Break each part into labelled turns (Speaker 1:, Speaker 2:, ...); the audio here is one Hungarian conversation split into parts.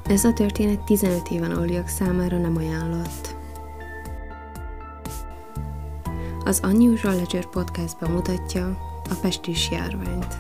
Speaker 1: Ez a történet 15 éven aluliak számára nem ajánlott. Az Unusual Ledger Podcast bemutatja a pestis járványt.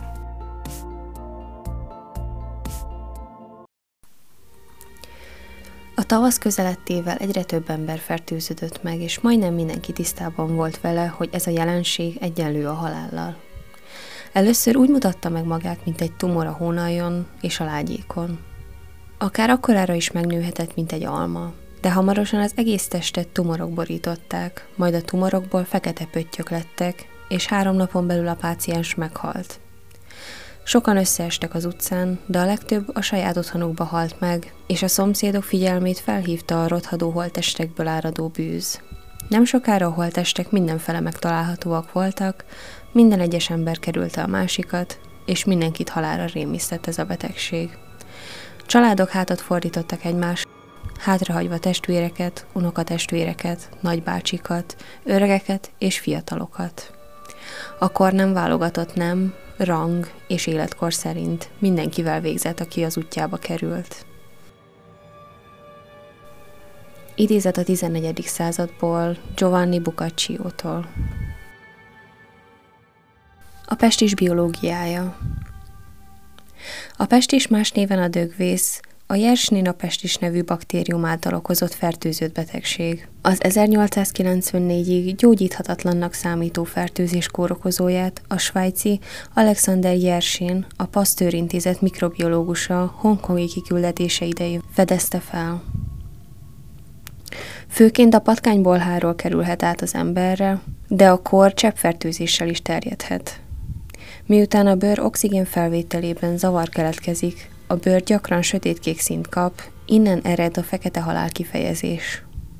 Speaker 1: A tavasz közelettével egyre több ember fertőződött meg, és majdnem mindenki tisztában volt vele, hogy ez a jelenség egyenlő a halállal. Először úgy mutatta meg magát, mint egy tumor a hónaljon és a lágyékon. Akár akkorára is megnőhetett, mint egy alma, de hamarosan az egész testet tumorok borították, majd a tumorokból fekete pöttyök lettek, és 3 napon belül a páciens meghalt. Sokan összeestek az utcán, de a legtöbb a saját otthonukba halt meg, és a szomszédok figyelmét felhívta a rothadó holttestekből áradó bűz. Nem sokára a holttestek mindenfele megtalálhatóak voltak, minden egyes ember kerülte a másikat, és mindenkit halálra rémisztett ez a betegség. Családok hátat fordítottak egymás, hátrahagyva testvéreket, unokatestvéreket, nagybácsikat, öregeket és fiatalokat. A kor nem válogatott nem, rang és életkor szerint mindenkivel végzett, aki az útjába került. Idézet a 14. századból Giovanni Boccacciótól. A pestis biológiája. A pestis, más néven a dögvész, a Yersinia pestis nevű baktérium által okozott fertőzött betegség. Az 1894-ig gyógyíthatatlannak számító fertőzés kórokozóját a svájci Alexander Yersin, a Pasteur Intézet mikrobiológusa hongkongi kiküldetése idején fedezte fel. Főként a patkánybolháról kerülhet át az emberre, de a kór cseppfertőzéssel is terjedhet. Miután a bőr oxigén felvételében zavar keletkezik, a bőr gyakran sötétkék színt kap, innen ered a fekete halál kifejezés.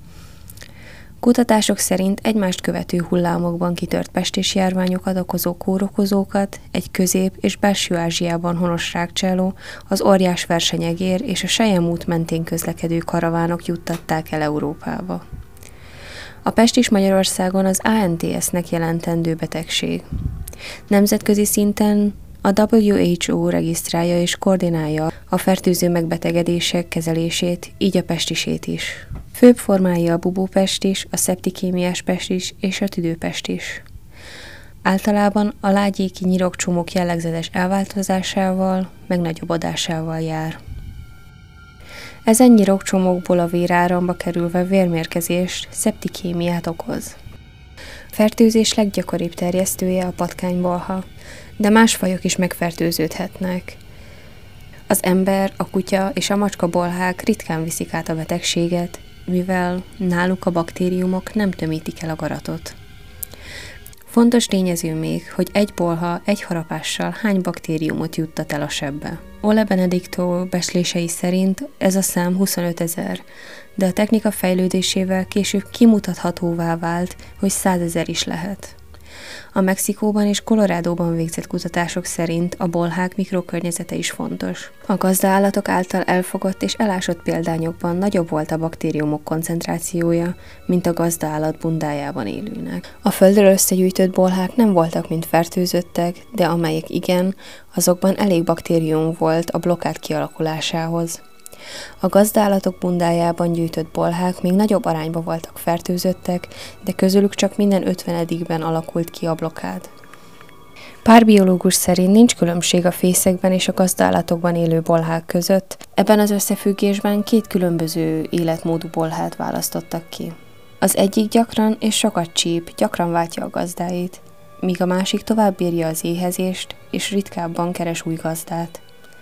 Speaker 1: Kutatások szerint egymást követő hullámokban kitört pestis járványokat okozó kórokozókat egy Közép- és Belső-Ázsiában honos rákcsáló, az óriás versenyegér és a selyemút mentén közlekedő karavánok juttatták el Európába. A pestis Magyarországon az ANTS-nek jelentendő betegség. Nemzetközi szinten a WHO regisztrálja és koordinálja a fertőző megbetegedések kezelését, így a pestisét is. Főbb formái a bubópestis, a szeptikémiás pestis és a tüdőpestis. Általában a lágyéki nyirokcsomók jellegzetes elváltozásával, megnagyobbodásával jár. Ezen nyirokcsomókból a véráramba kerülve vérmérgezést, szeptikémiát okoz. A fertőzés leggyakoribb terjesztője a patkánybolha, de más fajok is megfertőződhetnek. Az ember, a kutya és a macskabolhák ritkán viszik át a betegséget, mivel náluk a baktériumok nem tömítik el a garatot. Fontos tényező még, hogy egy bolha egy harapással hány baktériumot juttat el a sebbe. Ole Benedicto becslései szerint ez a szám 25 000, de a technika fejlődésével később kimutathatóvá vált, hogy 100 000 is lehet. A Mexikóban és Colorádóban végzett kutatások szerint a bolhák mikrokörnyezete is fontos. A gazdaállatok által elfogott és elásott példányokban nagyobb volt a baktériumok koncentrációja, mint a gazdaállat bundájában élőnek. A földről összegyűjtött bolhák nem voltak mind fertőzöttek, de amelyek igen, azokban elég baktérium volt a blokkád kialakulásához. A gazdaállatok bundájában gyűjtött bolhák még nagyobb arányban voltak fertőzöttek, de közülük csak minden 50-ben alakult ki a blokkád. Pár biológus szerint nincs különbség a fészekben és a gazdaállatokban élő bolhák között, ebben az összefüggésben 2 különböző életmódú bolhát választottak ki. Az egyik gyakran és sokat csíp, gyakran váltja a gazdáit, míg a másik tovább bírja az éhezést és ritkábban keres új gazdát.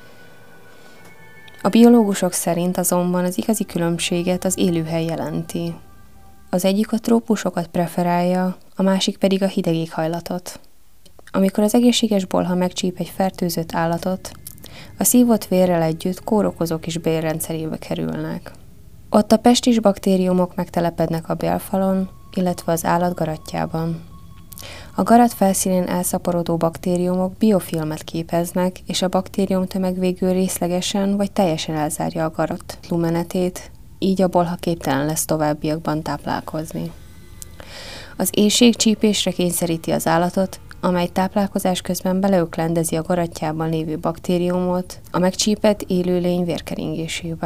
Speaker 1: A biológusok szerint azonban az igazi különbséget az élőhely jelenti. Az egyik a trópusokat preferálja, a másik pedig a hideg éghajlatot. Amikor az egészséges bolha megcsíp egy fertőzött állatot, a szívott vérrel együtt kórokozók is bélrendszerébe kerülnek. Ott a pestis baktériumok megtelepednek a bélfalon, illetve az állat garatjában. A garat felszínén elszaporodó baktériumok biofilmet képeznek, és a baktériumtömeg végül részlegesen vagy teljesen elzárja a garat lumenetét, így a bolha képtelen lesz továbbiakban táplálkozni. Az éhség csípésre kényszeríti az állatot, amely táplálkozás közben beleöklendezi a garatjában lévő baktériumot a megcsípett élőlény vérkeringésébe.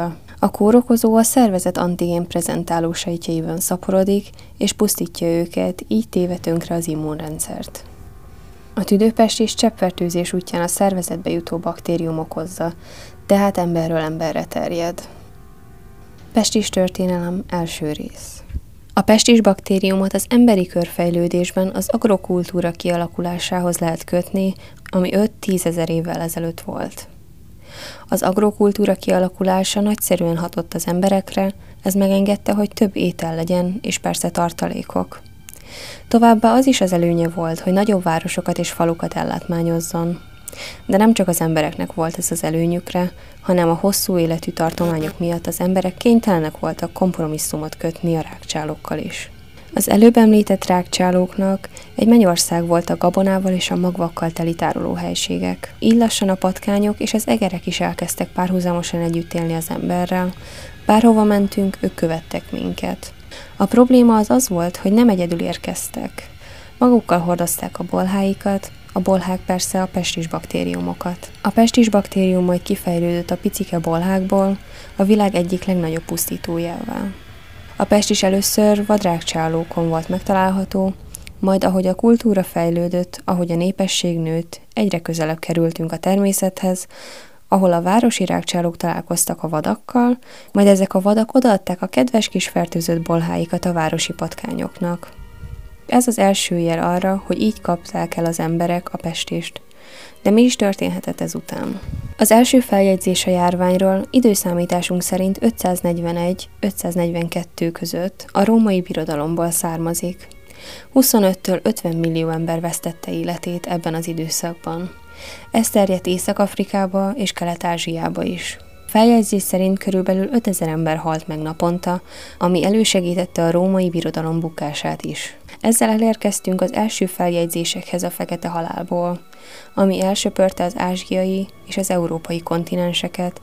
Speaker 1: A kórokozó a szervezet antigén prezentáló sejtjeiben szaporodik, és pusztítja őket, így téve tönkre az immunrendszert. A tüdőpestis cseppfertőzés útján a szervezetbe jutó baktérium okozza, tehát emberről emberre terjed. Pestis történelem első rész. A pestis baktériumot az emberi körfejlődésben az agrokultúra kialakulásához lehet kötni, ami 5-10 ezer évvel ezelőtt volt. Az agrokultúra kialakulása nagyszerűen hatott az emberekre, ez megengedte, hogy több étel legyen, és persze tartalékok. Továbbá az is az előnye volt, hogy nagyobb városokat és falukat ellátmányozzon. De nem csak az embereknek volt ez az előnyükre, hanem a hosszú életű tartományok miatt az emberek kénytelenek voltak kompromisszumot kötni a rágcsálókkal is. Az előbb említett rágcsálóknak egy mennyország volt a gabonával és a magvakkal teli tárolóhelységek. Így lassan a patkányok és az egerek is elkezdtek párhuzamosan együtt élni az emberrel. Bárhova mentünk, ők követtek minket. A probléma az volt, hogy nem egyedül érkeztek. Magukkal hordozták a bolháikat, a bolhák persze a pestis baktériumokat. A pestis baktérium majd kifejlődött a picike bolhákból, a világ egyik legnagyobb pusztítójává. A pestis először vadrágcsálókon volt megtalálható, majd ahogy a kultúra fejlődött, ahogy a népesség nőtt, egyre közelebb kerültünk a természethez, ahol a városi rágcsálók találkoztak a vadakkal, majd ezek a vadak odaadták a kedves kis fertőzött bolháikat a városi patkányoknak. Ez az első jel arra, hogy így kapták el az emberek a pestist. De mi is történhetett ezután? Az első feljegyzés a járványról időszámításunk szerint 541-542 között a római birodalomból származik. 25-től 50 millió ember vesztette életét ebben az időszakban. Ez terjedt Észak-Afrikába és Kelet-Ázsiába is. Feljegyzés szerint körülbelül 5000 ember halt meg naponta, ami elősegítette a római birodalom bukását is. Ezzel elérkeztünk az első feljegyzésekhez a fekete halálból, ami elsöpörte az ázsiai és az európai kontinenseket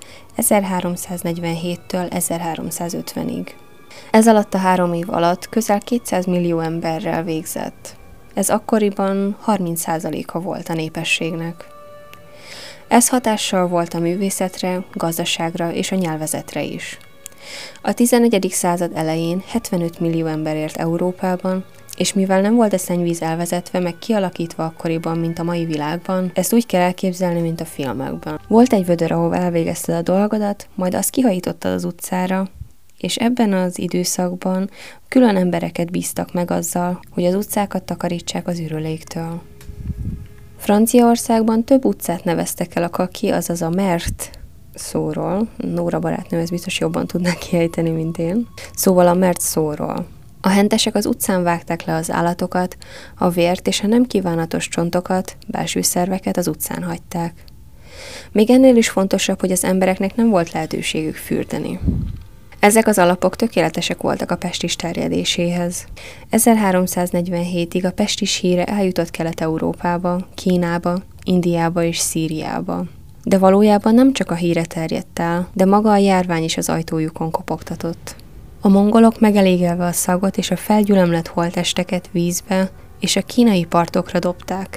Speaker 1: 1347-től 1350-ig. Ez alatt a 3 év alatt közel 200 millió emberrel végzett. Ez akkoriban 30%-a volt a népességnek. Ez hatással volt a művészetre, gazdaságra és a nyelvezetre is. A 11. század elején 75 millió ember élt Európában, és mivel nem volt a szennyvíz elvezetve, meg kialakítva akkoriban, mint a mai világban, ezt úgy kell elképzelni, mint a filmekben. Volt egy vödör, ahol elvégezted a dolgodat, majd azt kihajítottad az utcára, és ebben az időszakban külön embereket bíztak meg azzal, hogy az utcákat takarítsák az ürüléktől. Franciaországban több utcát neveztek el a kaki, azaz a Mert szóról, Nóra barátnőm ezt biztos jobban tudná kiejteni, mint én, szóval a Mert szóról. A hentesek az utcán vágták le az állatokat, a vért és a nem kívánatos csontokat, belső szerveket az utcán hagyták. Még ennél is fontosabb, hogy az embereknek nem volt lehetőségük fürdeni. Ezek az alapok tökéletesek voltak a pestis terjedéséhez. 1347-ig a pestis híre eljutott Kelet-Európába, Kínába, Indiába és Szíriába. De valójában nem csak a híre terjedt el, de maga a járvány is az ajtójukon kopogtatott. A mongolok megelégelve a szagot és a felgyülemlett holttesteket vízbe és a kínai partokra dobták.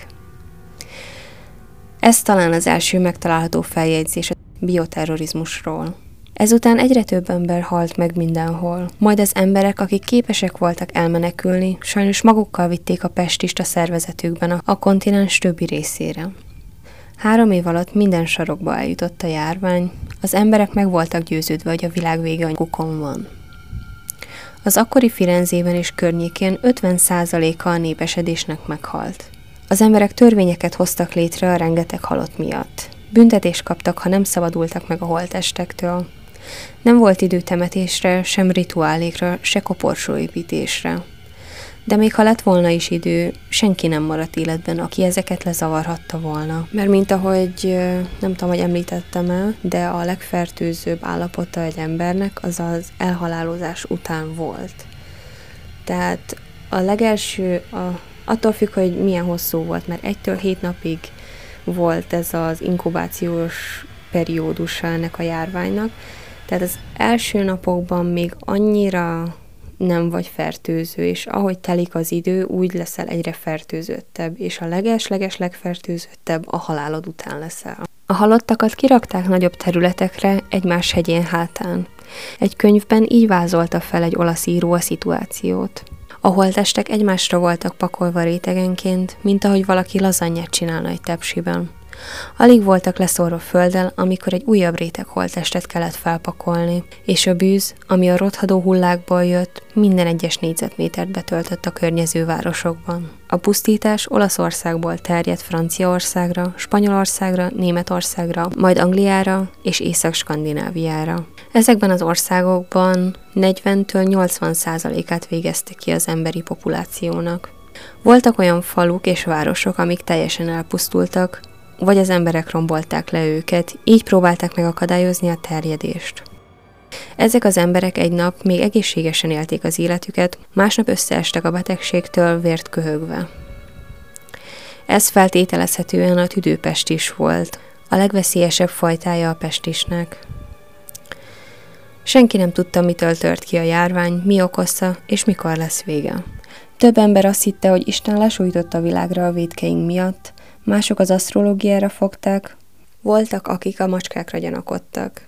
Speaker 1: Ez talán az első megtalálható feljegyzés a bioterrorizmusról. Ezután egyre több ember halt meg mindenhol, majd az emberek, akik képesek voltak elmenekülni, sajnos magukkal vitték a pestist a szervezetükben a kontinens többi részére. 3 év alatt minden sarokba eljutott a járvány, az emberek meg voltak győződve, hogy a világ vége a nyugukon van. Az akkori Firenzében és környékén 50%-a a népesedésnek meghalt. Az emberek törvényeket hoztak létre a rengeteg halott miatt. Büntetést kaptak, ha nem szabadultak meg a holttestektől. Nem volt idő temetésre, sem rituálékra, se koporsóépítésre. De még ha lett volna is idő, senki nem maradt életben, aki ezeket lezavarhatta volna. Mert mint ahogy, nem tudom, hogy említettem el, de a legfertőzőbb állapota egy embernek az az elhalálozás után volt. Tehát a legelső, attól függ, hogy milyen hosszú volt, mert 1-től 7 napig volt ez az inkubációs periódusa ennek a járványnak. Tehát az első napokban még annyira nem vagy fertőző, és ahogy telik az idő, úgy leszel egyre fertőzöttebb, és a leges-leges legfertőzöttebb a halálod után leszel. A halottakat kirakták nagyobb területekre egymás hegyén hátán. Egy könyvben így vázolta fel egy olasz író a szituációt. A holttestek egymásra voltak pakolva rétegenként, mint ahogy valaki lazanyát csinálna egy tepsiben. Alig voltak leszórva földdel, amikor egy újabb réteg holttestet kellett felpakolni, és a bűz, ami a rothadó hullákból jött, minden egyes négyzetmétert betöltött a környező városokban. A pusztítás Olaszországból terjedt Franciaországra, Spanyolországra, Németországra, majd Angliára és Észak-Skandináviára. Ezekben az országokban 40-től 80%-át végezte ki az emberi populációnak. Voltak olyan faluk és városok, amik teljesen elpusztultak, vagy az emberek rombolták le őket, így próbálták megakadályozni a terjedést. Ezek az emberek egy nap még egészségesen élték az életüket, másnap összeestek a betegségtől vért köhögve. Ez feltételezhetően a tüdőpestis volt, a legveszélyesebb fajtája a pestisnek. Senki nem tudta, mitől tört ki a járvány, mi okozta és mikor lesz vége. Több ember azt hitte, hogy Isten lesújtott a világra a vétkeink miatt, mások az asztrológiára fogták, voltak, akik a macskákra gyanakodtak.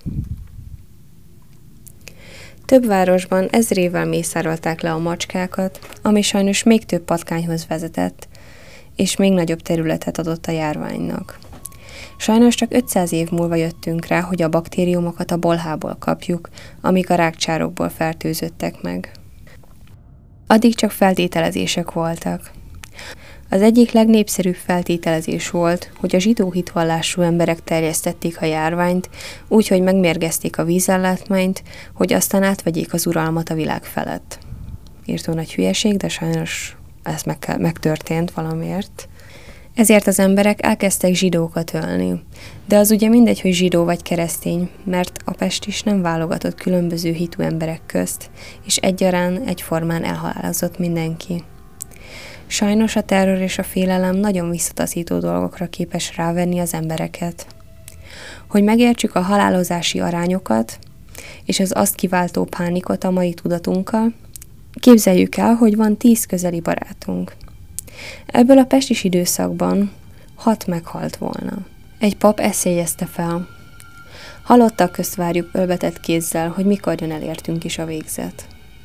Speaker 1: Több városban ezrével mészárolták le a macskákat, ami sajnos még több patkányhoz vezetett, és még nagyobb területet adott a járványnak. Sajnos csak 500 év múlva jöttünk rá, hogy a baktériumokat a bolhából kapjuk, amik a rákcsárokból fertőzöttek meg. Addig csak feltételezések voltak. Az egyik legnépszerűbb feltételezés volt, hogy a zsidó hitvallású emberek terjesztették a járványt, úgyhogy megmérgezték a vízellátmányt, hogy aztán átvegyék az uralmat a világ felett. Írtó nagy hülyeség, de sajnos ez megtörtént valamiért. Ezért az emberek elkezdtek zsidókat ölni. De az ugye mindegy, hogy zsidó vagy keresztény, mert a pestis nem válogatott különböző hitű emberek közt, és egyaránt egyformán elhalálozott mindenki. Sajnos a terror és a félelem nagyon visszataszító dolgokra képes rávenni az embereket. Hogy megértsük a halálozási arányokat és az azt kiváltó pánikot a mai tudatunkkal, képzeljük el, hogy van 10 közeli barátunk. Ebből a pestis időszakban 6 meghalt volna. Egy pap ezt jegyezte fel. Halottak közt várjuk ölbetett kézzel, hogy mikor jön elértünk is a végzet.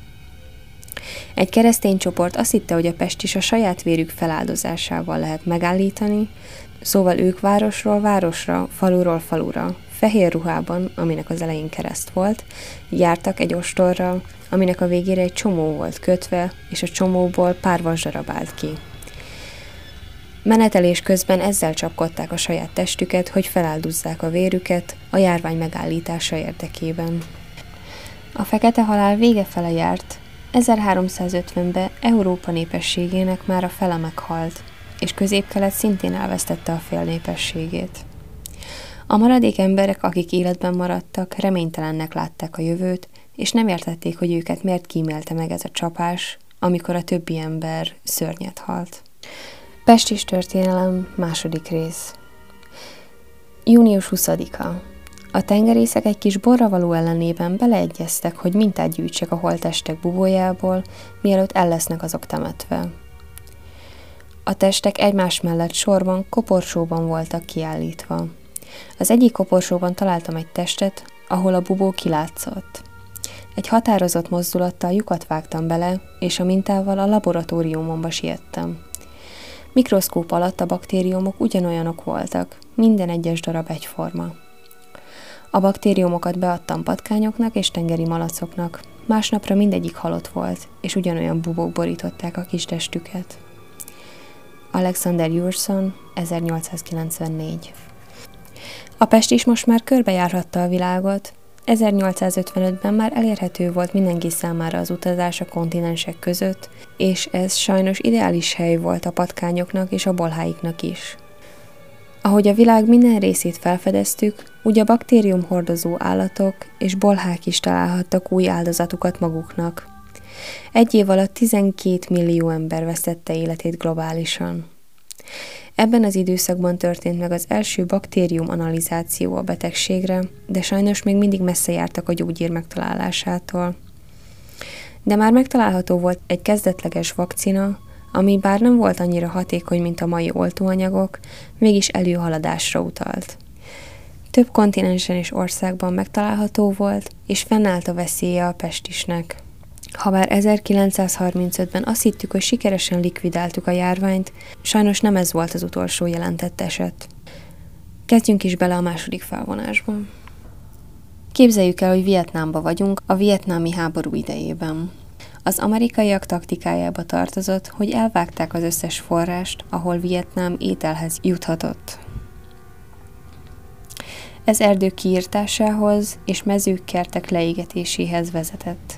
Speaker 1: Egy keresztény csoport azt hitte, hogy a pestis a saját vérük feláldozásával lehet megállítani, szóval ők városról városra, faluról falura, fehér ruhában, aminek az elején kereszt volt, jártak egy ostorral, aminek a végére egy csomó volt kötve, és a csomóból pár vasdarab állt ki. Menetelés közben ezzel csapkodták a saját testüket, hogy feláldozzák a vérüket a járvány megállítása érdekében. A fekete halál vége fele járt, 1350-ben Európa népességének már a fele meghalt, és Közép-Kelet szintén elvesztette a fél népességét. A maradék emberek, akik életben maradtak, reménytelennek látták a jövőt, és nem értették, hogy őket miért kímélte meg ez a csapás, amikor a többi ember szörnyet halt. Pestis történelem, második rész. Június 20-a. A tengerészek egy kis borravaló ellenében beleegyeztek, hogy mintát gyűjtsek a holttestek bubójából, mielőtt el lesznek azok temetve. A testek egymás mellett sorban, koporsóban voltak kiállítva. Az egyik koporsóban találtam egy testet, ahol a bubó kilátszott. Egy határozott mozdulattal lyukat vágtam bele, és a mintával a laboratóriumomba siettem. Mikroszkóp alatt a baktériumok ugyanolyanok voltak, minden egyes darab egyforma. A baktériumokat beadtam patkányoknak és tengeri malacoknak, másnapra mindegyik halott volt, és ugyanolyan bubók borították a kis testüket. Alexander Yurson, 1894. A pestis most már körbejárhatta a világot, 1855-ben már elérhető volt mindenki számára az utazás a kontinensek között, és ez sajnos ideális hely volt a patkányoknak és a bolháiknak is. Ahogy a világ minden részét felfedeztük, úgy a baktériumhordozó állatok és bolhák is találhattak új áldozatukat maguknak. Egy év alatt 12 millió ember vesztette életét globálisan. Ebben az időszakban történt meg az első baktérium analizáció a betegségre, de sajnos még mindig messze jártak a gyógyír megtalálásától. De már megtalálható volt egy kezdetleges vakcina, ami bár nem volt annyira hatékony, mint a mai oltóanyagok, mégis előhaladásra utalt. Több kontinensen és országban megtalálható volt, és fennállt a veszélye a pestisnek. Habár 1935-ben azt hittük, hogy sikeresen likvidáltuk a járványt, sajnos nem ez volt az utolsó jelentett eset. Kezdjünk is bele a második felvonásba. Képzeljük el, hogy Vietnámban vagyunk, a vietnámi háború idejében. Az amerikaiak taktikájába tartozott, hogy elvágták az összes forrást, ahol Vietnám ételhez juthatott. Ez erdők kiirtásához és mezők, kertek leégetéséhez vezetett.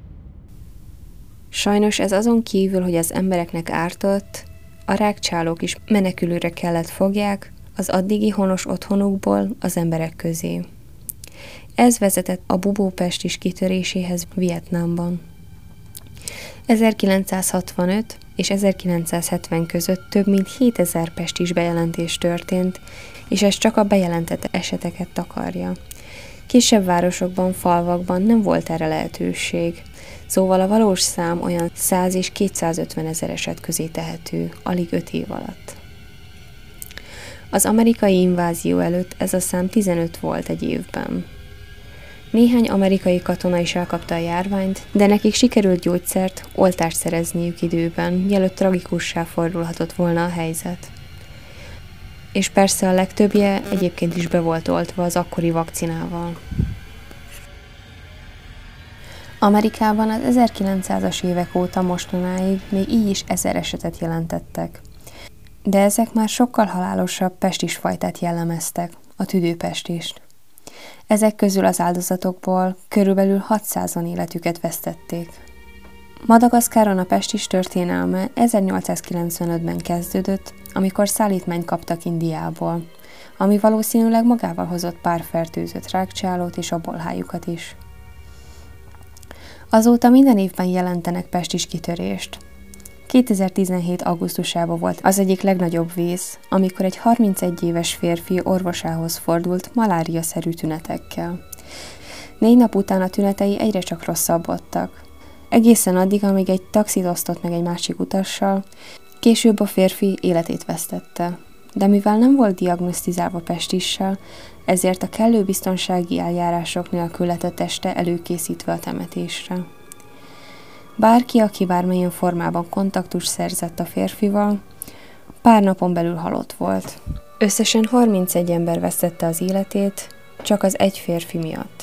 Speaker 1: Sajnos ez azon kívül, hogy az embereknek ártott, a rágcsálók is menekülőre kellett fogják az addigi honos otthonukból az emberek közé. Ez vezetett a bubópestis kitöréséhez Vietnámban. 1965 és 1970 között több mint 7000 pestis bejelentés történt, és ez csak a bejelentett eseteket takarja. Kisebb városokban, falvakban nem volt erre lehetőség, szóval a valós szám olyan 100 és 250 ezer eset közé tehető, alig 5 év alatt. Az amerikai invázió előtt ez a szám 15 volt egy évben. Néhány amerikai katona is elkapta a járványt, de nekik sikerült gyógyszert, oltást szerezniük időben, mielőtt tragikussá fordulhatott volna a helyzet. És persze a legtöbbje egyébként is be volt oltva az akkori vakcinával. Amerikában az 1900-as évek óta mostanáig még így is 1000 esetet jelentettek. De ezek már sokkal halálosabb pestisfajtát jellemeztek, a tüdőpestist. Ezek közül az áldozatokból körülbelül 600-an életüket vesztették. Madagaszkáron a pestis történelme 1895-ben kezdődött, amikor szállítmányt kaptak Indiából, ami valószínűleg magával hozott pár fertőzött rágcsálót és a bolhájukat is. Azóta minden évben jelentenek pestis kitörést. 2017. augusztusában volt az egyik legnagyobb vész, amikor egy 31 éves férfi orvosához fordult malária-szerű tünetekkel. 4 nap után a tünetei egyre csak rosszabbodtak. Egészen addig, amíg egy taxit osztott meg egy másik utassal, később a férfi életét vesztette. De mivel nem volt diagnosztizálva pestissel, ezért a kellő biztonsági eljárások nélkül lett a teste előkészítve a temetésre. Bárki, aki bármilyen formában kontaktus szerzett a férfival, pár napon belül halott volt. Összesen 31 ember vesztette az életét, csak az egy férfi miatt.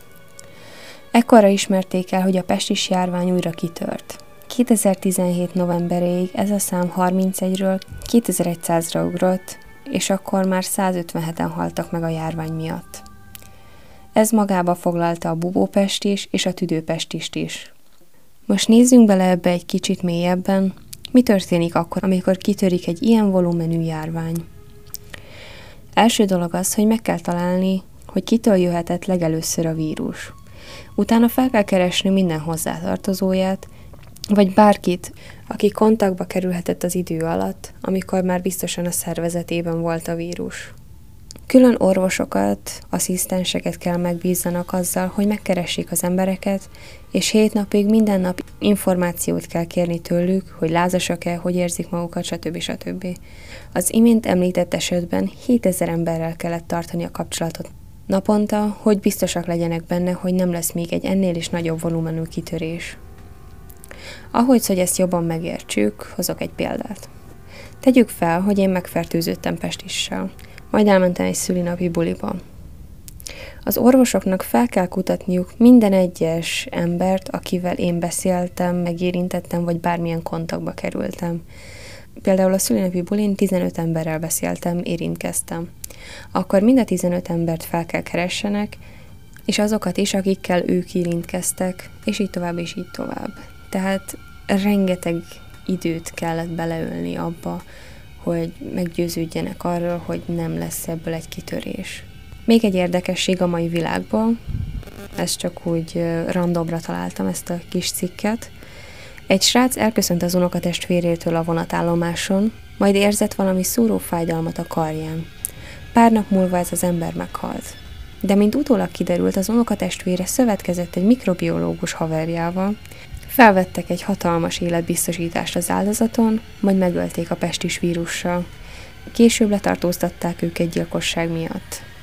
Speaker 1: Ekkorra ismerték el, hogy a pestis járvány újra kitört. 2017. novemberéig ez a szám 31-ről 2100-ra ugrott, és akkor már 157-en haltak meg a járvány miatt. Ez magába foglalta a bubópestis és a tüdőpestist is. Most nézzünk bele ebbe egy kicsit mélyebben, mi történik akkor, amikor kitörik egy ilyen volumenű járvány. Első dolog az, hogy meg kell találni, hogy kitől jöhetett legelőször a vírus. Utána fel kell keresni minden hozzátartozóját, vagy bárkit, aki kontaktba kerülhetett az idő alatt, amikor már biztosan a szervezetében volt a vírus. Külön orvosokat, asszisztenseket kell megbízzanak azzal, hogy megkeressék az embereket, és 7 napig minden nap információt kell kérni tőlük, hogy lázasak-e, hogy érzik magukat, stb. Az imént említett esetben 7000 emberrel kellett tartani a kapcsolatot naponta, hogy biztosak legyenek benne, hogy nem lesz még egy ennél is nagyobb volumenű kitörés. Ahogy ezt jobban megértsük, hozok egy példát. Tegyük fel, hogy én megfertőzöttem pestissel, majd elmentem egy szülinapi buliba. Az orvosoknak fel kell kutatniuk minden egyes embert, akivel én beszéltem, megérintettem, vagy bármilyen kontaktba kerültem. Például a szülinapi bulin 15 emberrel beszéltem, érintkeztem. Akkor mind a 15 embert fel kell keressenek, és azokat is, akikkel ők érintkeztek, és így tovább, és így tovább. Tehát rengeteg időt kellett beleölni abba, hogy meggyőződjenek arról, hogy nem lesz ebből egy kitörés. Még egy érdekesség a mai világból, ezt csak úgy randomra találtam ezt a kis cikket. Egy srác elköszönt az unokatestvérétől a vonatállomáson, majd érzett valami szúró fájdalmat a karján. Pár nap múlva ez az ember meghalt. De mint utólag kiderült, az unokatestvére szövetkezett egy mikrobiológus haverjával, felvettek egy hatalmas életbiztosítást az áldozaton, majd megölték a pestis vírussal. Később letartóztatták őket gyilkosság miatt.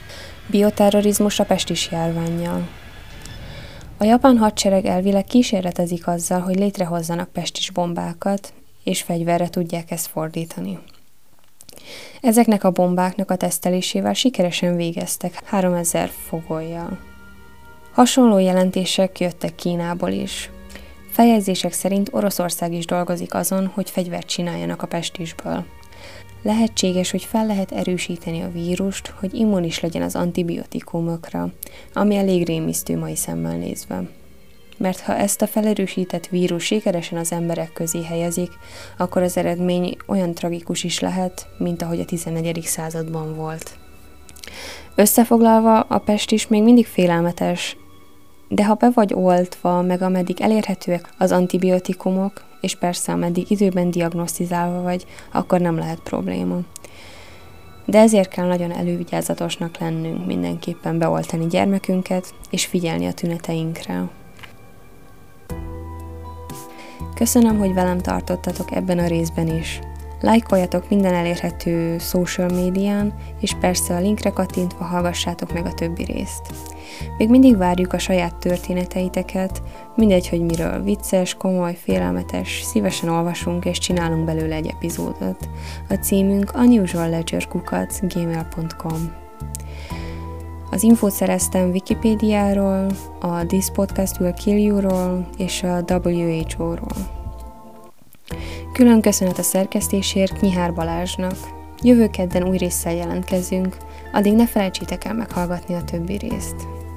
Speaker 1: Bioterrorizmus a pestis járvánnyal. A japán hadsereg elvileg kísérletezik azzal, hogy létrehozzanak pestis bombákat, és fegyverre tudják ezt fordítani. Ezeknek a bombáknak a tesztelésével sikeresen végeztek 3000 fogollyal. Hasonló jelentések jöttek Kínából is. Feljegyzések szerint Oroszország is dolgozik azon, hogy fegyvert csináljanak a pestisből. Lehetséges, hogy fel lehet erősíteni a vírust, hogy immunis legyen az antibiotikumokra, ami elég rémisztő mai szemmel nézve. Mert ha ezt a felerősített vírus sikeresen az emberek közé helyezik, akkor az eredmény olyan tragikus is lehet, mint ahogy a 14. században volt. Összefoglalva, a pestis még mindig félelmetes, de ha be vagy oltva, meg ameddig elérhetőek az antibiotikumok, és persze ameddig időben diagnosztizálva vagy, akkor nem lehet probléma. De ezért kell nagyon elővigyázatosnak lennünk, mindenképpen beoltani gyermekünket, és figyelni a tüneteinkre. Köszönöm, hogy velem tartottatok ebben a részben is. Lájkoljatok minden elérhető social médián, és persze a linkre kattintva hallgassátok meg a többi részt. Még mindig várjuk a saját történeteiteket, mindegy, hogy miről vicces, komoly, félelmetes, szívesen olvasunk és csinálunk belőle egy epizódot. A címünk unusualledger@gmail.com. Az infót szereztem Wikipédiáról, a This Podcast Will Kill You-ról és a WHO-ról. Külön köszönet a szerkesztésért Nyihár Balázsnak. Jövő kedden új résszel jelentkezünk, addig ne felejtsétek el meghallgatni a többi részt.